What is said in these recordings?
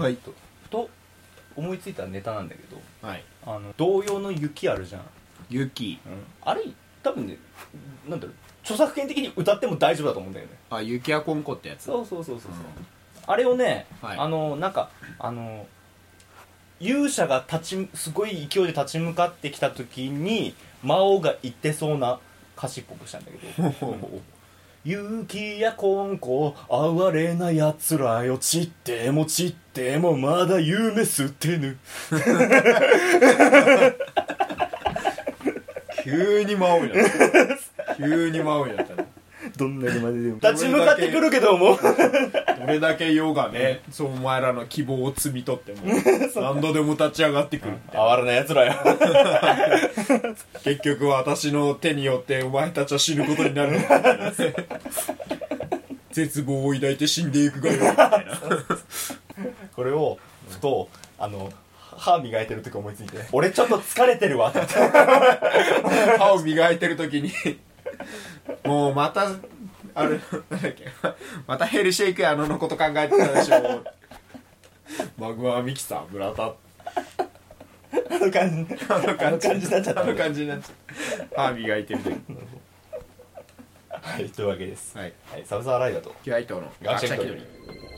はい。 と思いついたネタなんだけど、 はい。 童謡の雪あるじゃん。 雪。 あれ多分ね、なんだろう、著作権的に歌っても大丈夫だと思うんだよね。 あ、雪やこんこってやつ。 そう、あれをね、 はい、 なんか勇者がすごい勢いで立ち向かってきた時に魔王が言ってそうな歌詞っぽくしたんだけど雪やこんこ哀れなやつらよ、散っても散ってもまだ夢捨てぬ急に魔王になった急に魔王になったどんなにまででも立ち向かってくるけどもどれだけ世がね、そうお前らの希望を摘み取っても何度でも立ち上がってくる哀れなやつらよ結局私の手によってお前たちは死ぬことになる絶望を抱いて死んでいくがよみたいなこれをふと歯磨いてる時思いついて、俺ちょっと疲れてるわって歯を磨いてる時にもうまたあれなんだっけまたヘルシェイクやのこと考えてたでしょマグマミキサー村田あの感じになっちゃった。 あの感じになっちゃった歯磨いてる時はい、というわけです。 はい、 サブサーライダーとキュアイトの学者気取り。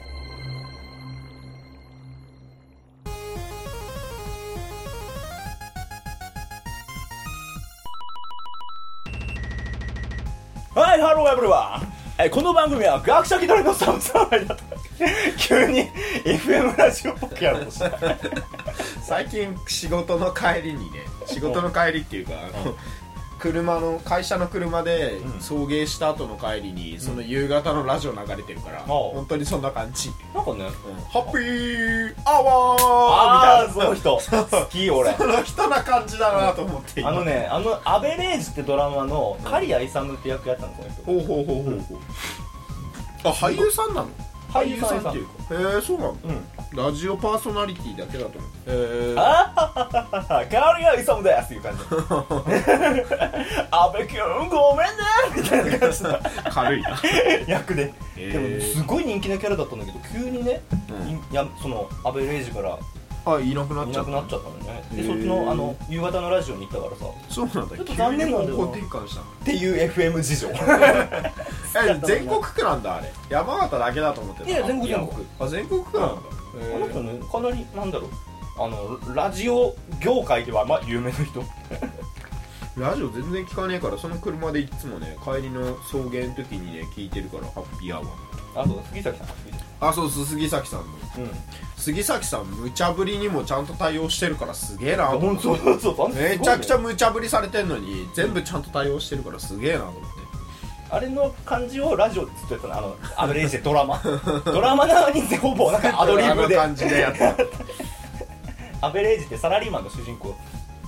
はい、ハローエブリワン。この番組は学者気取りのサブサーライダーと急に FM ラジオっぽくやろうとした最近仕事の帰りにね、仕事の帰りっていうか会社の車で送迎した後の帰りに、その夕方のラジオ流れてるから、本当にそんな感じ。 なんかね、 ハッピーアワーみたいな、 その人好き俺その人な感じだなと思って、 アベレージってドラマの刈谷勇って役やったの、この人。 ほうあ、俳優さんなの？俳優さんっていうか、そうなの、ラジオパーソナリティだけだと思う。 刈谷勇ですっていう感じ阿部君ごめんねみたいな感じの軽いな役で、でもすごい人気なキャラだったんだけど、急にね、その阿部レイジからいなくなっちゃったのね。 で、そっちの夕方のラジオに行ったからさ。 そうなんだ、 ちょっと残念なんだよな転換したっていう FM 事情全国区なんだあれ。山形だけだと思ってた。 いや、全国。 あ、全国区なんだ。 あの人ね、かなりなんだろう、ラジオ業界では有名な人ラジオ全然聞かねえから、その車でいつもね、帰りの送迎の時にね聞いてるから、ハッピーアワー。 あ、そう、杉崎さん。 そう、杉崎さんの、杉崎さん無茶ぶりにもちゃんと対応してるからすげえなと思って。めちゃくちゃ無茶ぶりされてんのに全部ちゃんと対応してるからすげえなと思って。 あれの感じをラジオでずっとやったの、アベレージでドラマなのにほぼなんかアドリブで感じでやったアベレージってサラリーマンの主人公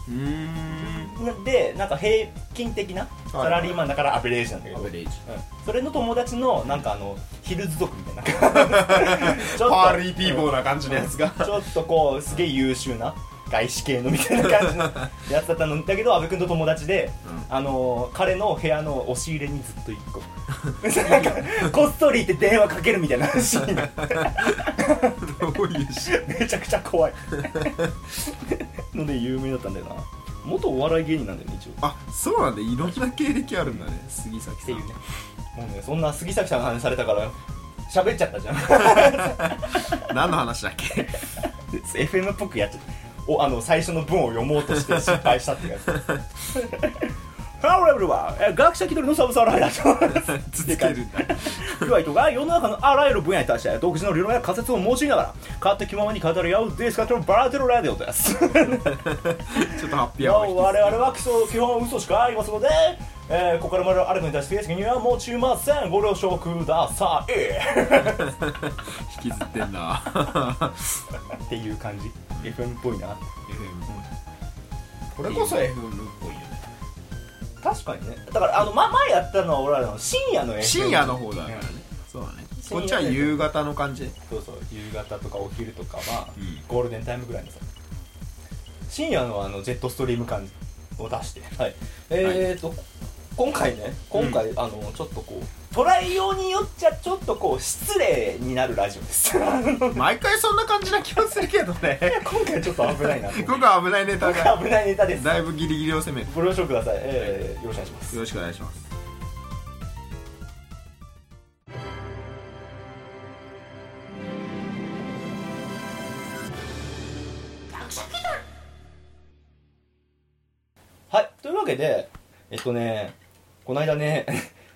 で、なんか平均的なサラリーマンだからアベレージなんだけど、それの友達のなんかヒルズ族みたいなちょっとパーリーピーボーな感じのやつがちょっとこうすげえ優秀な外資系のみたいな感じのやつだったんだけど、阿部君と友達で、彼の部屋の押し入れにずっと一個なんかこっそり行って電話かけるみたいなシーンどういうシーンめちゃくちゃ怖いので有名だったんだよな。元お笑い芸人なんだよね、一応。 あ、そうなんだ、いろんな経歴あるんだね、杉崎さんっていうね。もうね、そんな杉崎さんの話されたから喋っちゃったじゃん何の話だっけ FM っぽくやっちゃった。最初の文を読もうとして失敗したってやつハローエブリワン、学者気取りのサブサーライダー続けるんだキュアイトが世の中のあらゆる分野に対して独自の理論や仮説を用いながら勝手気ままに語り合うディスカッションバラエティのラジオですちょっとハッピーアワー我々は基本嘘しかありますので、ここからまであるのに対して責任は持ちません。ご了承ください引きずってんなっていう感じ。 FM っぽいな。 FM、 これこそ FM っぽいよね。 確かにね。だから前やったのは俺らの深夜の FM、 深夜の方だからね、そうだね。こっちは夕方の感じ。 そうそう、夕方とかお昼とかは、ゴールデンタイムぐらいのさ、深夜のジェットストリーム感を出して、はい、今回ちょっとこう捉えようによっちゃちょっとこう失礼になるラジオです毎回そんな感じな気もするけどね今回ちょっと危ないな今回危ないネタが危ないネタです。 だいぶギリギリを攻める。 ご了承ください、よろしくお願いします。 よろしくお願いします。 はい、というわけでこの間ね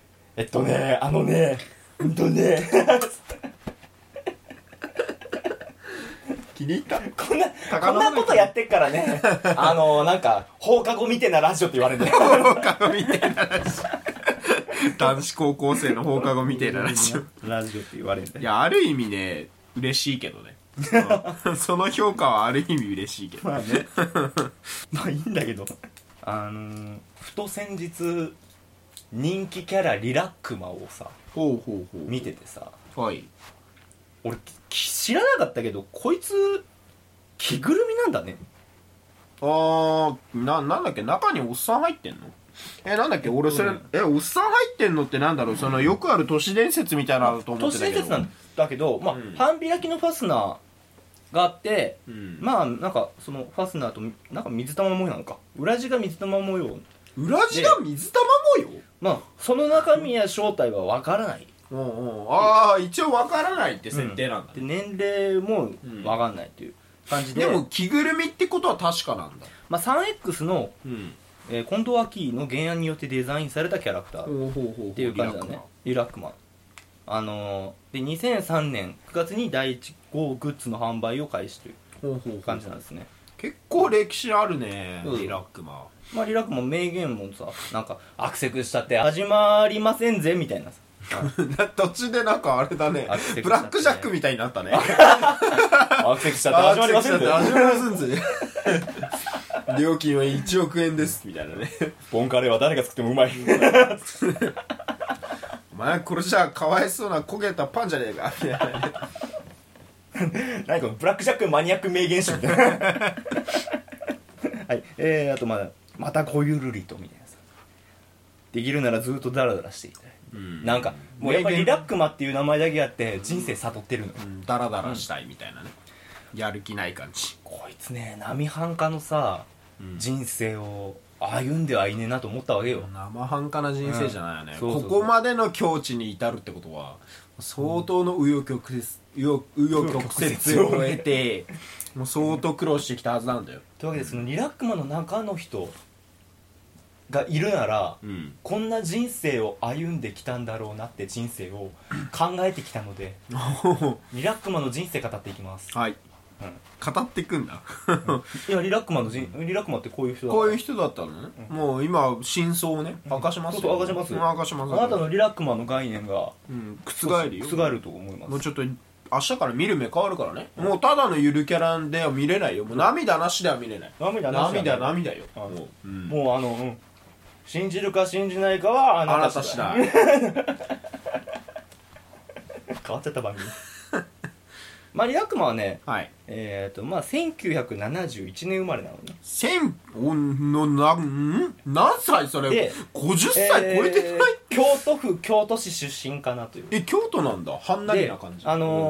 気に入った。 こんなことやってっからねなんか放課後みてえなラジオって言われるんだよ放課後みたいなラジオ男子高校生の放課後みたいなラジオって言われるんだよ。 いや、ある意味ね嬉しいけどねその評価はある意味嬉しいけどまあねまあいいんだけどふと先日人気キャラリラックマをさほうほうほう見ててさ、 はい俺知らなかったけどこいつ着ぐるみなんだね。 なんだっけ、中におっさん入ってんの？なんだっけ、俺それ、おっさん入ってんのってなんだろう、そのよくある都市伝説みたいなのと思ってたけど。 都市伝説なんだけど、まあ、半開きのファスナーがあって、まあなんかそのファスナーとなんか水玉模様なのか、裏地が水玉模様。 裏地が水玉模様？ まあその中身や正体は分からない。 一応分からないって設定なんだ、 で年齢も分かんないっていう感じで、 でも着ぐるみってことは確かなんだ。 まあ、3X の、近藤明の原案によってデザインされたキャラクターっていう感じだね。リラックマンで2003年9月に第1号グッズの販売を開始という感じなんですね。 結構歴史あるね、リラックマン。 まあリラックマン名言もさ、なんかアクセクしたって始まりませんぜみたいなさ途中でなんかあれだね、ブラックジャックみたいになったねアクセクしたって始まりませんぜ始まりませんぜ料金は1億円ですみたいなね。 ボンカレーは誰が作ってもうまいお前これじゃかわいそうな焦げたパンじゃねえかみたいな何このブラックジャックマニアック名言集みたいなはい、あとまたこゆるりとみたいなさ、できるならずっとダラダラしていたい、なんかもうやっぱりリラックマっていう名前だけあって人生悟ってるの、 ダラダラしたいみたいなね、やる気ない感じ。 こいつね波半家のさ、人生を歩んではいねえなと思ったわけよ。 生半可な人生じゃないよね、ここまでの境地に至るってことは相当の紆余曲折を経てもう相当苦労してきたはずなんだよ。 というわけでそのリラックマの中の人がいるなら、こんな人生を歩んできたんだろうなって人生を考えてきたのでリラックマの人生語っていきます。 はい、語っていくんだいやリラックマってこういう人だこういう人だったのね、もう今真相をね明かしますよ。 そう明かします。あなたのリラックマの概念が覆るよ。 覆ると思います。 もうちょっと明日から見る目変わるからね、もうただのゆるキャラでは見れないよ。もう涙なしでは見れない。涙よ。 もう信じるか信じないかはあなた次第変わっちゃった番組まあリラックマはね、まあ1971年生まれなのね。 何歳それ。50歳超えてない。 京都市出身かなという。 京都なんだ。はんなりな感じ。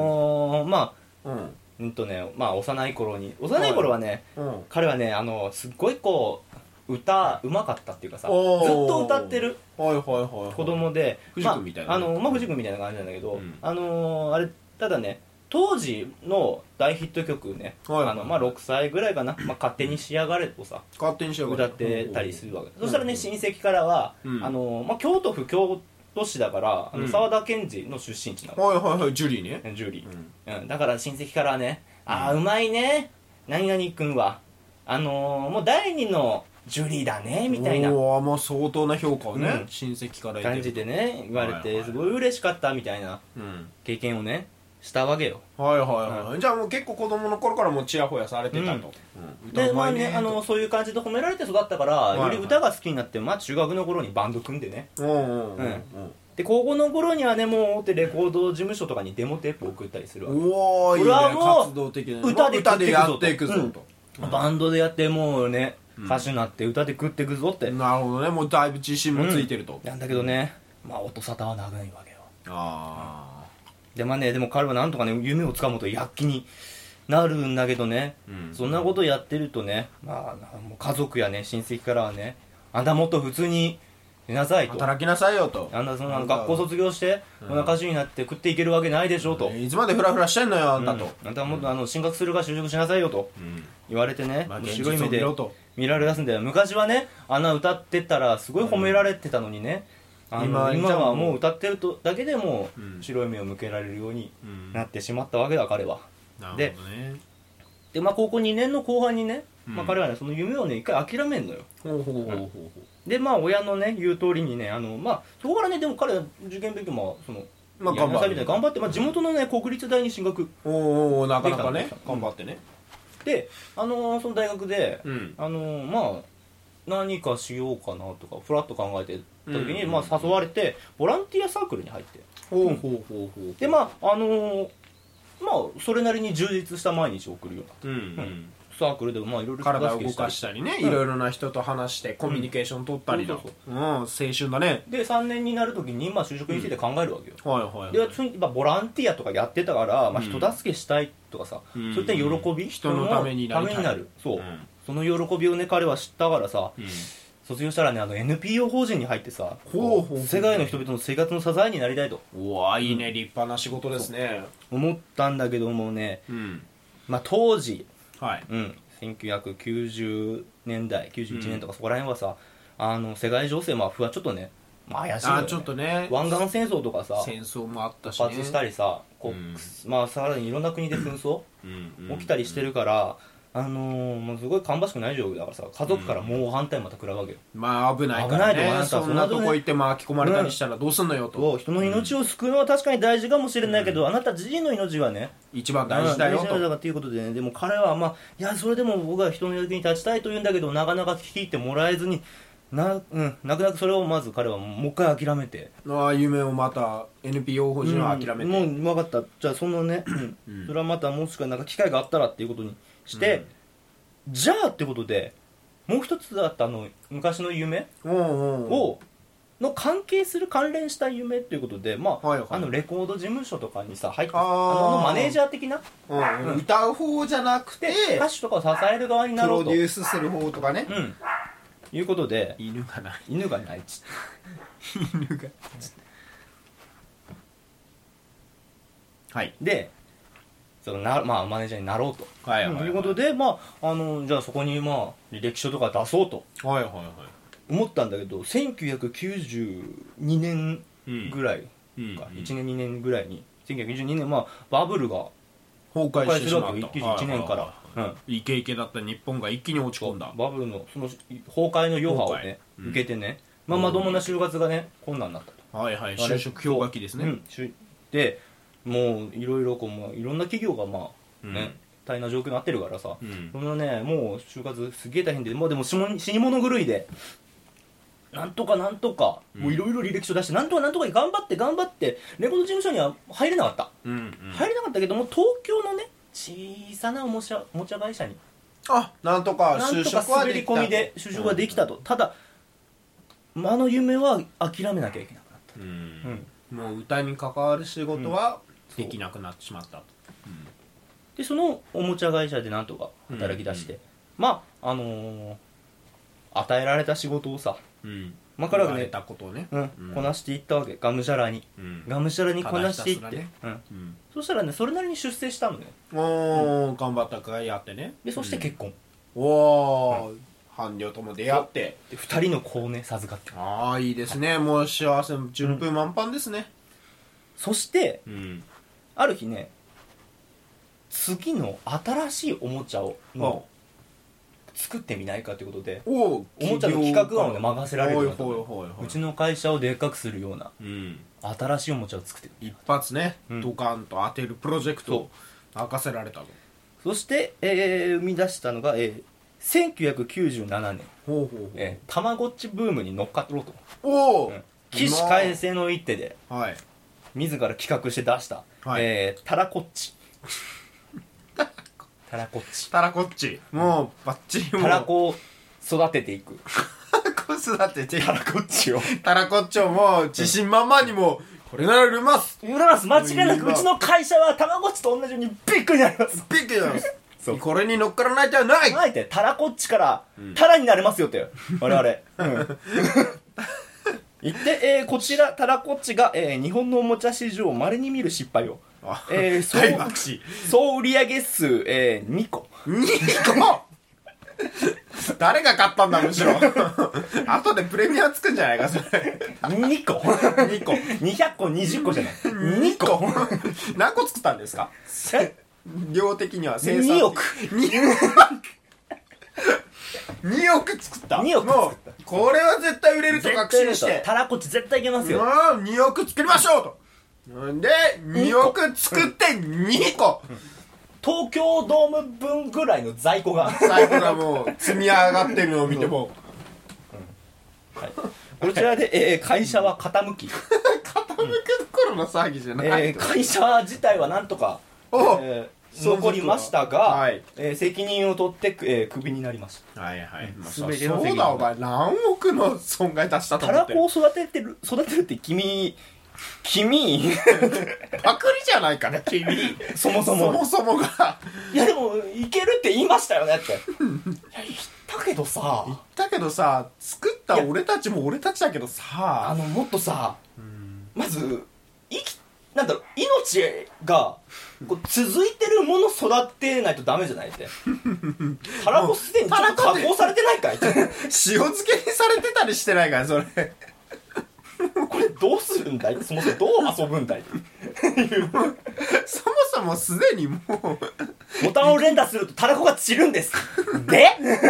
まあ幼い頃はね、彼はねすっごいこう歌うまかったっていうかさ、ずっと歌ってる子供で、 藤君みたいな藤君みたいな感じなんだけど、あれただね当時の大ヒット曲ね、6歳ぐらいかな、勝手に仕上がれとさ歌ってたりするわけ。そしたらね親戚からは京都府京都市だから沢田研二の出身地なの。 ジュリーね。 ジュリー、だから親戚からはね、うまいね何々君はもう第二のジュリーだねみたいな相当な評価をね、親戚から感じでね言われて、すごい嬉しかったみたいな経験をねしたわけよ。 じゃあもう結構子供の頃からもうチヤホヤされてたと。 でまあねそういう感じで褒められて育ったから、より歌が好きになって、中学の頃にバンド組んでね、で高校の頃にはねもうレコード事務所とかにデモテープ送ったりするわけ。 俺はもう歌でやっていくぞと、 バンドでやってもうね歌手になって歌で食っていくぞって。 なるほどね、もうだいぶ自信もついてると。 なんだけどねまあ音沙汰は長いわけよ。 あでまあね、でも彼はなんとかね夢をつかむと躍起になるんだけどね、そんなことやってるとね、まあもう家族やね親戚からはね、あんたもっと普通に寝なさいと、 働きなさいよと、 あんたそんな学校卒業してこんな歌手になって食っていけるわけないでしょと、 いつまでフラフラしてんのよあんたと、 あんたもっと進学するか就職しなさいよと言われてね、 まあもう白い目で現実を見ろと見られ出すんだよ。昔はねあんな歌ってたらすごい褒められてたのにね、今はもう歌ってるとだけでも白い目を向けられるようになってしまったわけだ彼は。 なるほどね。 でまあ高校2年の後半にね、まあ、彼はねその夢をね一回諦めんのよ。 ほうほうほうほうほう。 でまあ親のね言う通りにねまあそこからねでも彼は受験勉強もそのまあやりなさいみたいな頑張って、まあ、地元のね国立大に進学おなかなかねできた頑張ってね。 でその大学で、 うんまあ何かしようかなとかフラッと考えてた時に、 うんまあ、誘われてボランティアサークルに入ってほうほうほうほう。 でまあまあそれなりに充実した毎日を送るような、 うんサークルでもまあいろいろ体を動かしたりね、いろいろな人と話してコミュニケーション取ったりだ、 そう青春だね。 で3年になる時に、まあ、就職について考えるわけよ、 はいはい。 でそのまあボランティアとかやってたから、まあ、人助けしたいとかさ、 うんそういった喜び、 人のためになりたいためになるそう、 うんその喜びをね彼は知ったからさ、 うん卒業したらねNPO 法人に入ってさ、 ほうほうほう世界の人々の生活の支えになりたいとうわいいね、立派な仕事ですね。 思ったんだけどもね、 うんまあ、当時、 はい 1990年代91年とかそこら辺はさ、世界情勢もちょっとね、まあ、怪しいよね。 ちょっとね湾岸戦争とかさ戦争もあったしね勃発したりさ、まあさらにいろんな国で紛争起きたりしてるから、もうすごい芳しくない状況だからさ、家族から猛反対また食らうわけよ。 まあ危ないからね、 危ないとあんたそんなとこ行って巻き込まれたりしたらどうすんのよと、 人の命を救うのは確かに大事かもしれないけど、あなた自身の命がね一番大事だよ大事だと。 からっていうことでね、でも彼はまあいやそれでも僕は人の役に立ちたいと言うんだけど、なかなか聞いてもらえずに泣く泣くそれをまず彼はもう一回諦めて、 夢をまた NPO 法人は諦めて、 もう分かった、じゃあそのね、それはまたもしくはなんか機会があったらっていうことにして、じゃあってことでもう一つだった昔の夢をの関係する関連した夢っていうことで、まあ、 はいはいレコード事務所とかにさ入ってママネージャー的な、 歌う方じゃなくて歌手とかを支える側になろうとプロデュースする方とかね、 いうことで犬がない犬がないっつって犬がはいでまあ、マネージャーになろうと、 はいはいはいいうことで、まあじゃあそこにまあ履歴書とか出そうとはいはいはい思ったんだけど、1992年ぐらいか、1年2年ぐらいに1992年、まあ、バブルが崩壊してしまった 91年からイケイケだった日本が一気に落ち込んだ。 バブルのその崩壊の余波をね、受けてね、まともな就活がね困難になったと。 はいはい、就職氷河期ですね。 でもういろいろいろんな企業がまあね、大変な状況になってるからさ、そのねもう就活すげえ大変で、もうでも死に物狂いでなんとかもういろいろ履歴書出してなんとか頑張ってレコード事務所には入れなかった、入れなかったけども東京のね小さなおもちゃ会社になんとか就職は滑り込みで就職ができたと、ただ夢は諦めなきゃいけなくなった、 もう歌に関わる仕事はできなくなってしまったと、 でそのおもちゃ会社でなんとか働き出して、まあ与えられた仕事をさ、彼はねたことをね、 こなしていったわけ、がむしゃらにこなしていって、そしたらねそれなりに出世したのね。 頑張ったからやってね。 でそして結婚、 伴侶とも出会ってで2人の子をね授かって、 いいですね、もう幸せ順風満帆ですね。 そしてある日ね、次の新しいおもちゃを作ってみないかということで、おもちゃの企画案をね任せられるようになった、うちの会社をでっかくするような新しいおもちゃを作って一発ね、ドカンと当てるプロジェクトを任せられたと。 そして、生み出したのが、1997年、たまごっちブームに乗っかろうと、起死回生の一手で、自ら企画して出した、たらこっちたらこっちもうバッチリたらこを育てていく育ててタラコッチをタラコッチョも自信満々にもこれなら売れます売れます間違いなくうちの会社はたまごっちと同じようにビッグになりますビッグになりますそうこれに乗っからない手はないあえてタラコッチからタラになれますよって我々、言って、こちらタラコッチが、日本のおもちゃ市場を稀に見る失敗を大爆死総売上数、2個 2個誰が買ったんだむしろ後でプレミアつくんじゃないかそれ 2個 2個 200個20個じゃない 2個何個作ったんですか量的には生産 2億 2億作った 2億作ったこれは絶対売れると確信してタラコッチ絶対いけますよ 2億作りましょうとで2億作って2個東京ドーム分ぐらいの在庫がもう積み上がってるのを見ても、 はい、こちらで、会社は傾き傾くどころの騒ぎじゃない、 会社自体はなんとか、残りましたが、はい責任を取って、クビになりました。 はいはい。 全ての責任そうだお前何億の損害出したとタ思ってる。 ラコを育てるって君パクリじゃないかね君。 そもそもが。 いやでもいけるって言いましたよねって。いや言ったけどさ作った俺たちも俺たちだけどさもっとさ、まずなんだろう命がこう続いてるもの育てないとダメじゃないってタラコすでにちょっと加工されてないかいって塩漬けにされてたりしてないからそれこれどうするんだいそもそもどう遊ぶんだいそもそもすでにもうボタンを連打するとタラコが散るんですで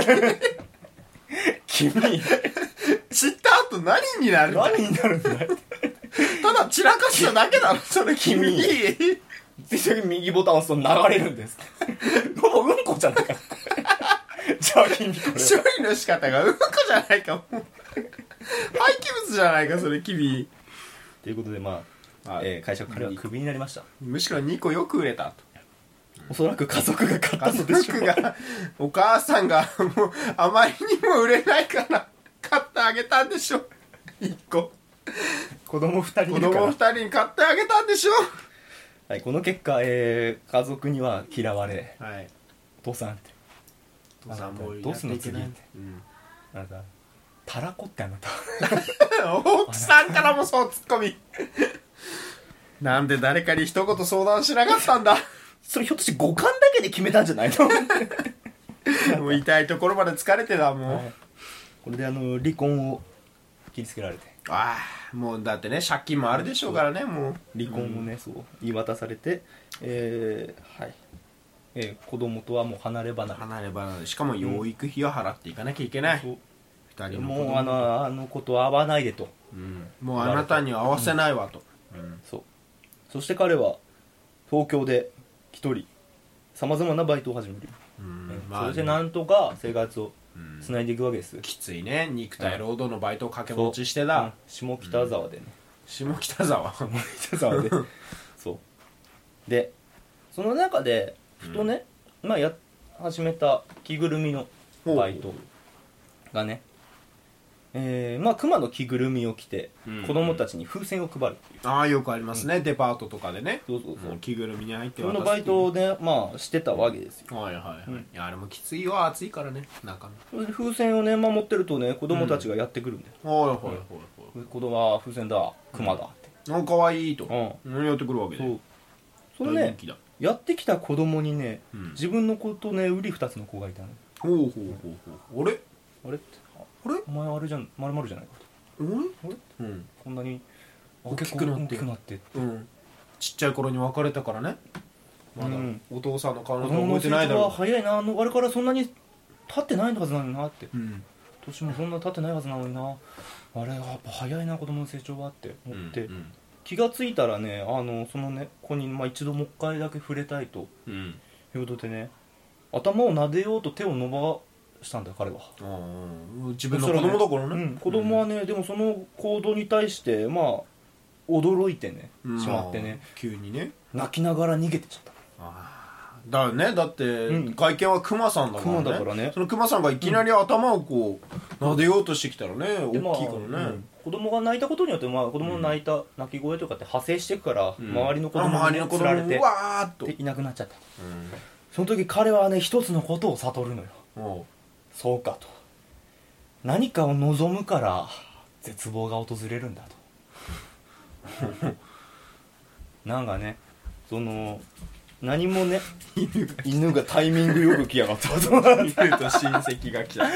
君散った後何になるんだいただ散らかしただけだろそれ君右ボタンを押すと流れるんですもううんこじゃないかじゃあ君これ処理の仕方がうんこじゃないかもう廃棄物じゃないかそれ君ということで会社彼はクビになりました。 むしろ2個よく売れたとおそらく家族が買ったのでしょうお母さんがもうあまりにも売れないから買ってあげたんでしょ1個子供2人いるから子供2人に買ってあげたんでしょはい、この結果、家族には嫌われ、 はい、 お父さんってお父さんもどうすんの次って、なんかタラコってあなた奥さんからもそうツッコミなんで誰かに一言相談しなかったんだそれひょっとして五感だけで決めたんじゃないのもう痛いところまで疲れてたもう、はい、 これで離婚を切りつけられてああもうだってね借金もあるでしょうからねもう離婚をね、そう言い渡されてはい、子供とはもう離れ離れしかも養育費を払っていかなきゃいけない、2人の子供もうあの子と会わないでと、 もうあなたには会わせないわと、 そして彼は東京で一人さまざまなバイトを始める、それでなんとか生活をつないでいくわけです、 きついね肉体労働のバイトを掛け持ちしてだ、 下北沢でね、 下北沢でそうでその中でふとね、始めた着ぐるみのバイトがね、熊の着ぐるみを着て、子供たちに風船を配るっていう、 ああよくありますね、デパートとかでね、 そう着ぐるみに入って渡す、そのバイトをねしてたわけですよ。 はいはいはい、いやあれもきついよ、暑いからね中の。 それで風船をね守ってるとね子供たちがやってくるんだよ、 はいはいはい、 子供は風船だ熊だって、 かわいいと、やってくるわけで、 そのねやってきた子供にね、自分の子とねうり二つの子がいたの。 ほうあれお前あれじゃん丸々じゃないかと。あれ、こんなに大きくなってちっちゃい頃に別れたからね、まだお父さんの顔の覚えてないだろう。 早いな、あれからそんなに経ってないはずなのになって、年もそんな経ってないはずなのにな、あれやっぱ早いな子供の成長はって思って、気がついたらねそのね子に一度もう一回だけ触れたいということでね、頭を撫でようと手を伸ばしたんだ彼は。 自分の子供だからね、 子供はね、でもその行動に対して驚いてねしまってね、 急にね泣きながら逃げてちゃった。 だって外見はクマさんだからね、 クマだからね、 そのクマさんがいきなり頭をこう撫でようとしてきたらね大きいでまあからね、 子供が泣いたことによって、子供の泣き声とかって派生していくから、周りの子供周りの子供に釣られてうわーっとでいなくなっちゃった。その時彼はね一つのことを悟るのよ。そうかと、何かを望むから絶望が訪れるんだとなんかね、その何もね犬がタイミングよく来やがったと犬と親戚が来た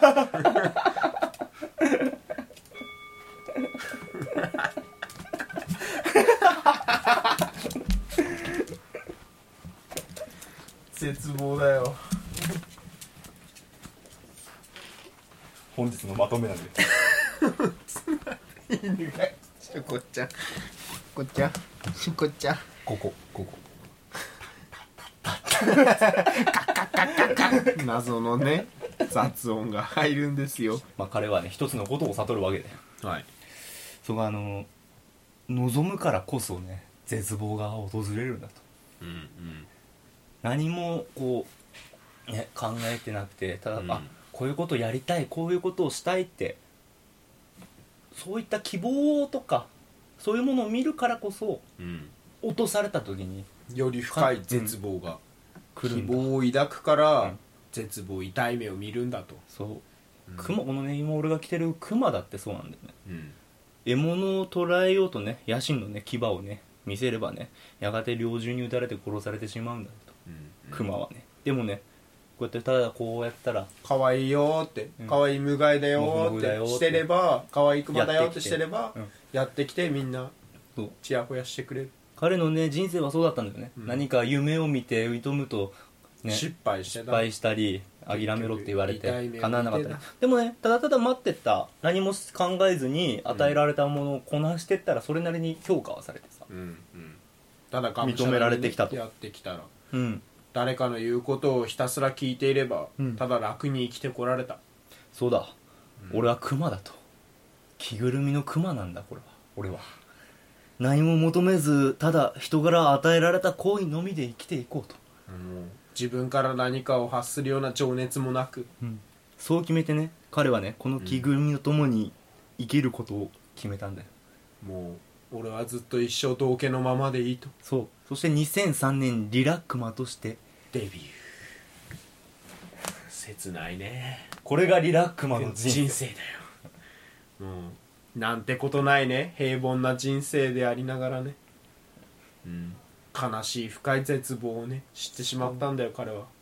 絶望だよ。 本日のまとめなんで犬がしょこちゃんこちゃんしょこちゃんここ謎のね雑音が入るんですよ。 彼はね一つのことを悟るわけで、 はい、 そこは望むからこそね絶望が訪れるんだと、何もこうね考えてなくて、ただ、こういうことやりたい、こういうことをしたいって、そういった希望とかそういうものを見るからこそ、落とされた時により深い絶望が、 来るんだ。 希望を抱くから、絶望痛い目を見るんだと。 そう、このね今俺が着てるクマだってそうなんだよね、獲物を捕らえようとね野心のね牙をね見せればね、やがて猟銃に撃たれて殺されてしまうんだと、クマはね。でもねこうやってただこうやったら可愛いよって、可愛い無害だよってしてれば、可愛いクマだよってしてれば、やってきてみんなチヤホヤしてくれる。 彼のね人生はそうだったんだよね、何か夢を見て挑むと、ね、 失敗したり諦めろって言われて叶わなかったり、 りでもねただただ待ってった何も考えずに与えられたものをこなしてったら、それなりに評価はされてさ、 ただ認められてきたとやってきたら、 うん誰かの言うことをひたすら聞いていれば、ただ楽に生きてこられた。 そうだ、俺はクマだと、着ぐるみのクマなんだこれは。俺は何も求めず、ただ人から与えられた行為のみで生きていこうと、 自分から何かを発するような情熱もなく、 そう決めてね、彼はねこの着ぐるみと共に生きることを決めたんだよ。 もう俺はずっと一生道家のままでいいと。 そう、そして2003年リラックマとしてデビュー。切ないね。 これがリラックマの人生だよ。なんてことないね、平凡な人生でありながらね、悲しい深い絶望をね知ってしまったんだよ彼は。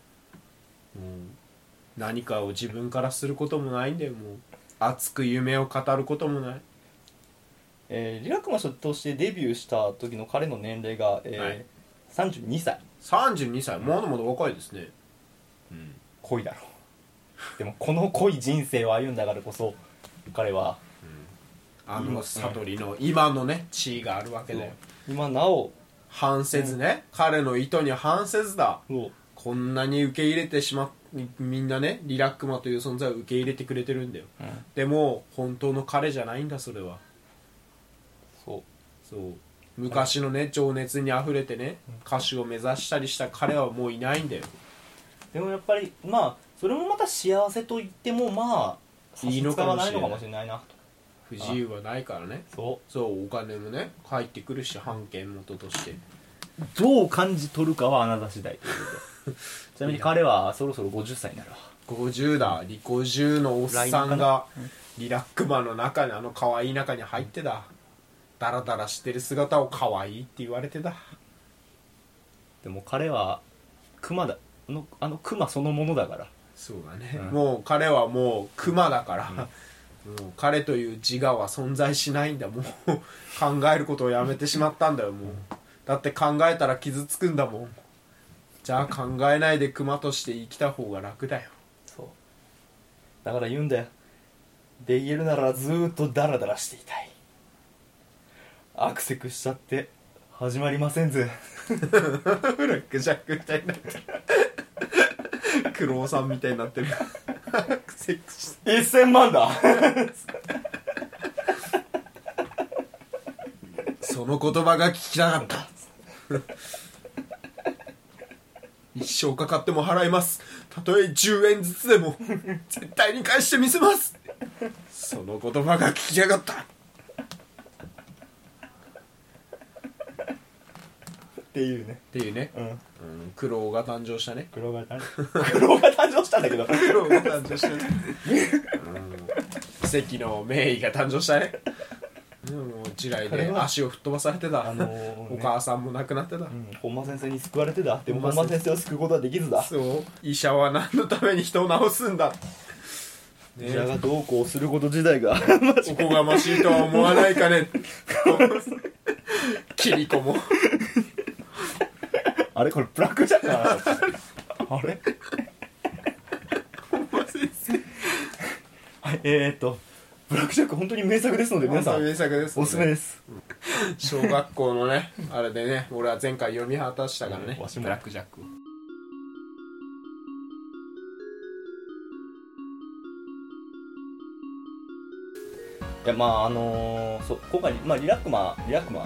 何かを自分からすることもないんだよ。もう熱く夢を語ることもない。 リラックマとしてデビューした時の彼の年齢が、32歳。 32歳、まだまだ若いですね。 恋だろでもこの濃い人生を歩んだからこそ彼は、 悟りの今のね地位があるわけだよ。 今なお反せずね、彼の意図に反せずだ。こんなに受け入れてしまっみんなねリラックマという存在を受け入れてくれてるんだよ、でも本当の彼じゃないんだそれは。そう昔のね情熱にあふれてね、歌手を目指したりした彼はもういないんだよ。 でもやっぱりそれもまた幸せと言ってもいいのかもしれない。 差し支はないのかもしれないなと。 不自由はないからね。そうお金もね入ってくるし、半径元としてどう感じ取るかはあなた次第ということでちなみに彼はそろそろ50歳になるわ。 50だ。50のおっさんがリラックマの中に、可愛い中に入ってだ。ダラダラしてる姿を可愛いって言われてだ。 でも彼はクマだ、クマそのものだから。 そうだね、もう彼はもうクマだから、もう彼という自我は存在しないんだ。もう考えることをやめてしまったんだよ。もうだって考えたら傷つくんだもん。じゃあ考えないでクマとして生きた方が楽だよ。 そうだから言うんだよ。できるならずーっとダラダラしていたい。アクセクしちゃって始まりませんぜブラックジャックみたいになってるクロウさんみたいになってるアクセクし 1000万だその言葉が聞きたかった一生かかっても払います。たとえ10円ずつでも絶対に返してみせます。その言葉が聞きやがった。 っていうね。 っていうね、苦労が誕生したね。 苦労が誕生したんだけど苦労が誕生したね。関の名医が誕生したね。もう地雷で足を吹っ飛ばされてた、お母さんも亡くなってた、 本間先生に救われてた。でも本間先生を救うことはできずだ。 そう医者は何のために人を治すんだ、 医者がどうこうすること自体がおこがましいとは思わないかね。キリコもあれこれブラックジャックなのあれ本間先生はい、ブラックジャック本当に名作ですので皆さん名作です、 おすすめです。 小学校のねあれでね俺は前回読み果たしたからね、ブラックジャック。 いやまあそう今回、リラックマリラックマ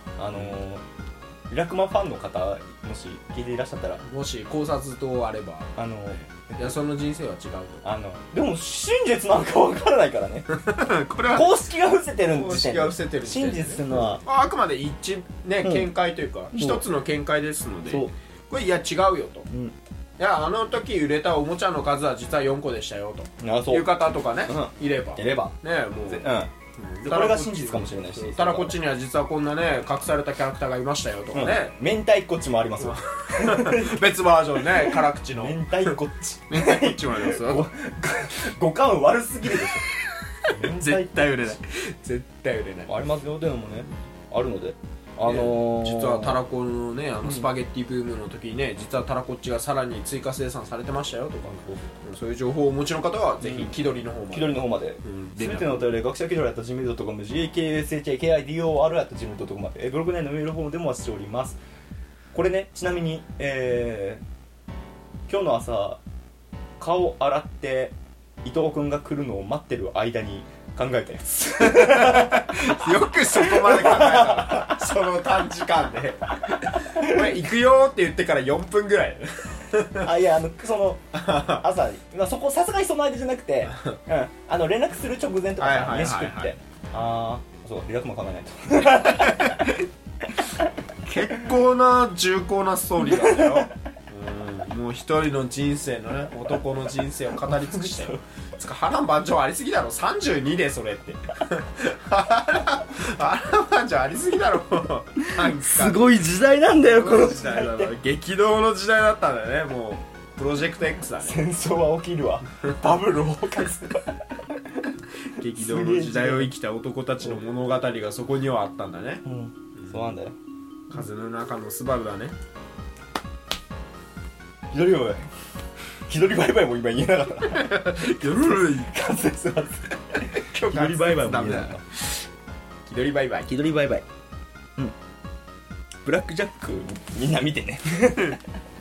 ファンの方もし聞いていらっしゃったら、 もし考察とあればいやその人生は違うとでも真実なんかわからないからね。 これは公式が伏せてる公式が伏せてる真実っていうのはあくまで一ね見解というか一つの見解ですので、これいや違うよと、いやあの時売れたおもちゃの数は実は4個でしたよという方とかね、いればねもうこれが真実かもしれないし、 ただこっちには実はこんなね隠されたキャラクターがいましたよとかね、 明太こっちもありますよ。 別バージョンね辛口の明太こっち明太こっちもありますよ。 五感悪すぎるでしょ。 絶対売れない絶対売れないありますよっていうのもねあるので、 実はたらこのねスパゲッティブームの時にね実はたらこっちがさらに追加生産されてましたよとか、そういう情報をお持ちの方はぜひ気取りの方まで、全てのお便り学者気取り@gmail.com gakshkido@gmail.com までブログ内のメールフォームでもお待ちしております。これねちなみに、今日の朝顔洗って伊藤君が来るのを待ってる間に考えたやつ。 よくそこまで考えたのその短時間でこれ行くよって言ってから4分ぐらい。 いやその朝に、そこさすがにその間じゃなくて、連絡する直前とか飯食って、そうリラックも考えないと。 結構な重厚なストーリーなんだよ。もう一人の人生のね男の人生を語り尽くしたよ。つか波乱万丈ありすぎだろ32でそれって波乱万丈ありすぎだろ。なんかすごい時代なんだよこの時代って。 激動の時代だったんだよね。もうプロジェクト X だね。 戦争は起きるわ。バブル崩壊するわ。 激動の時代を生きた男たちの物語がそこにはあったんだね。 そうなんだよ。 風の中のスバルだね。 気取りバイバイも今言えなかった。 気取りバイバイも言えなかった。気取りバイバイ。 気取りバイバイ。ブラックジャックみんな見てね。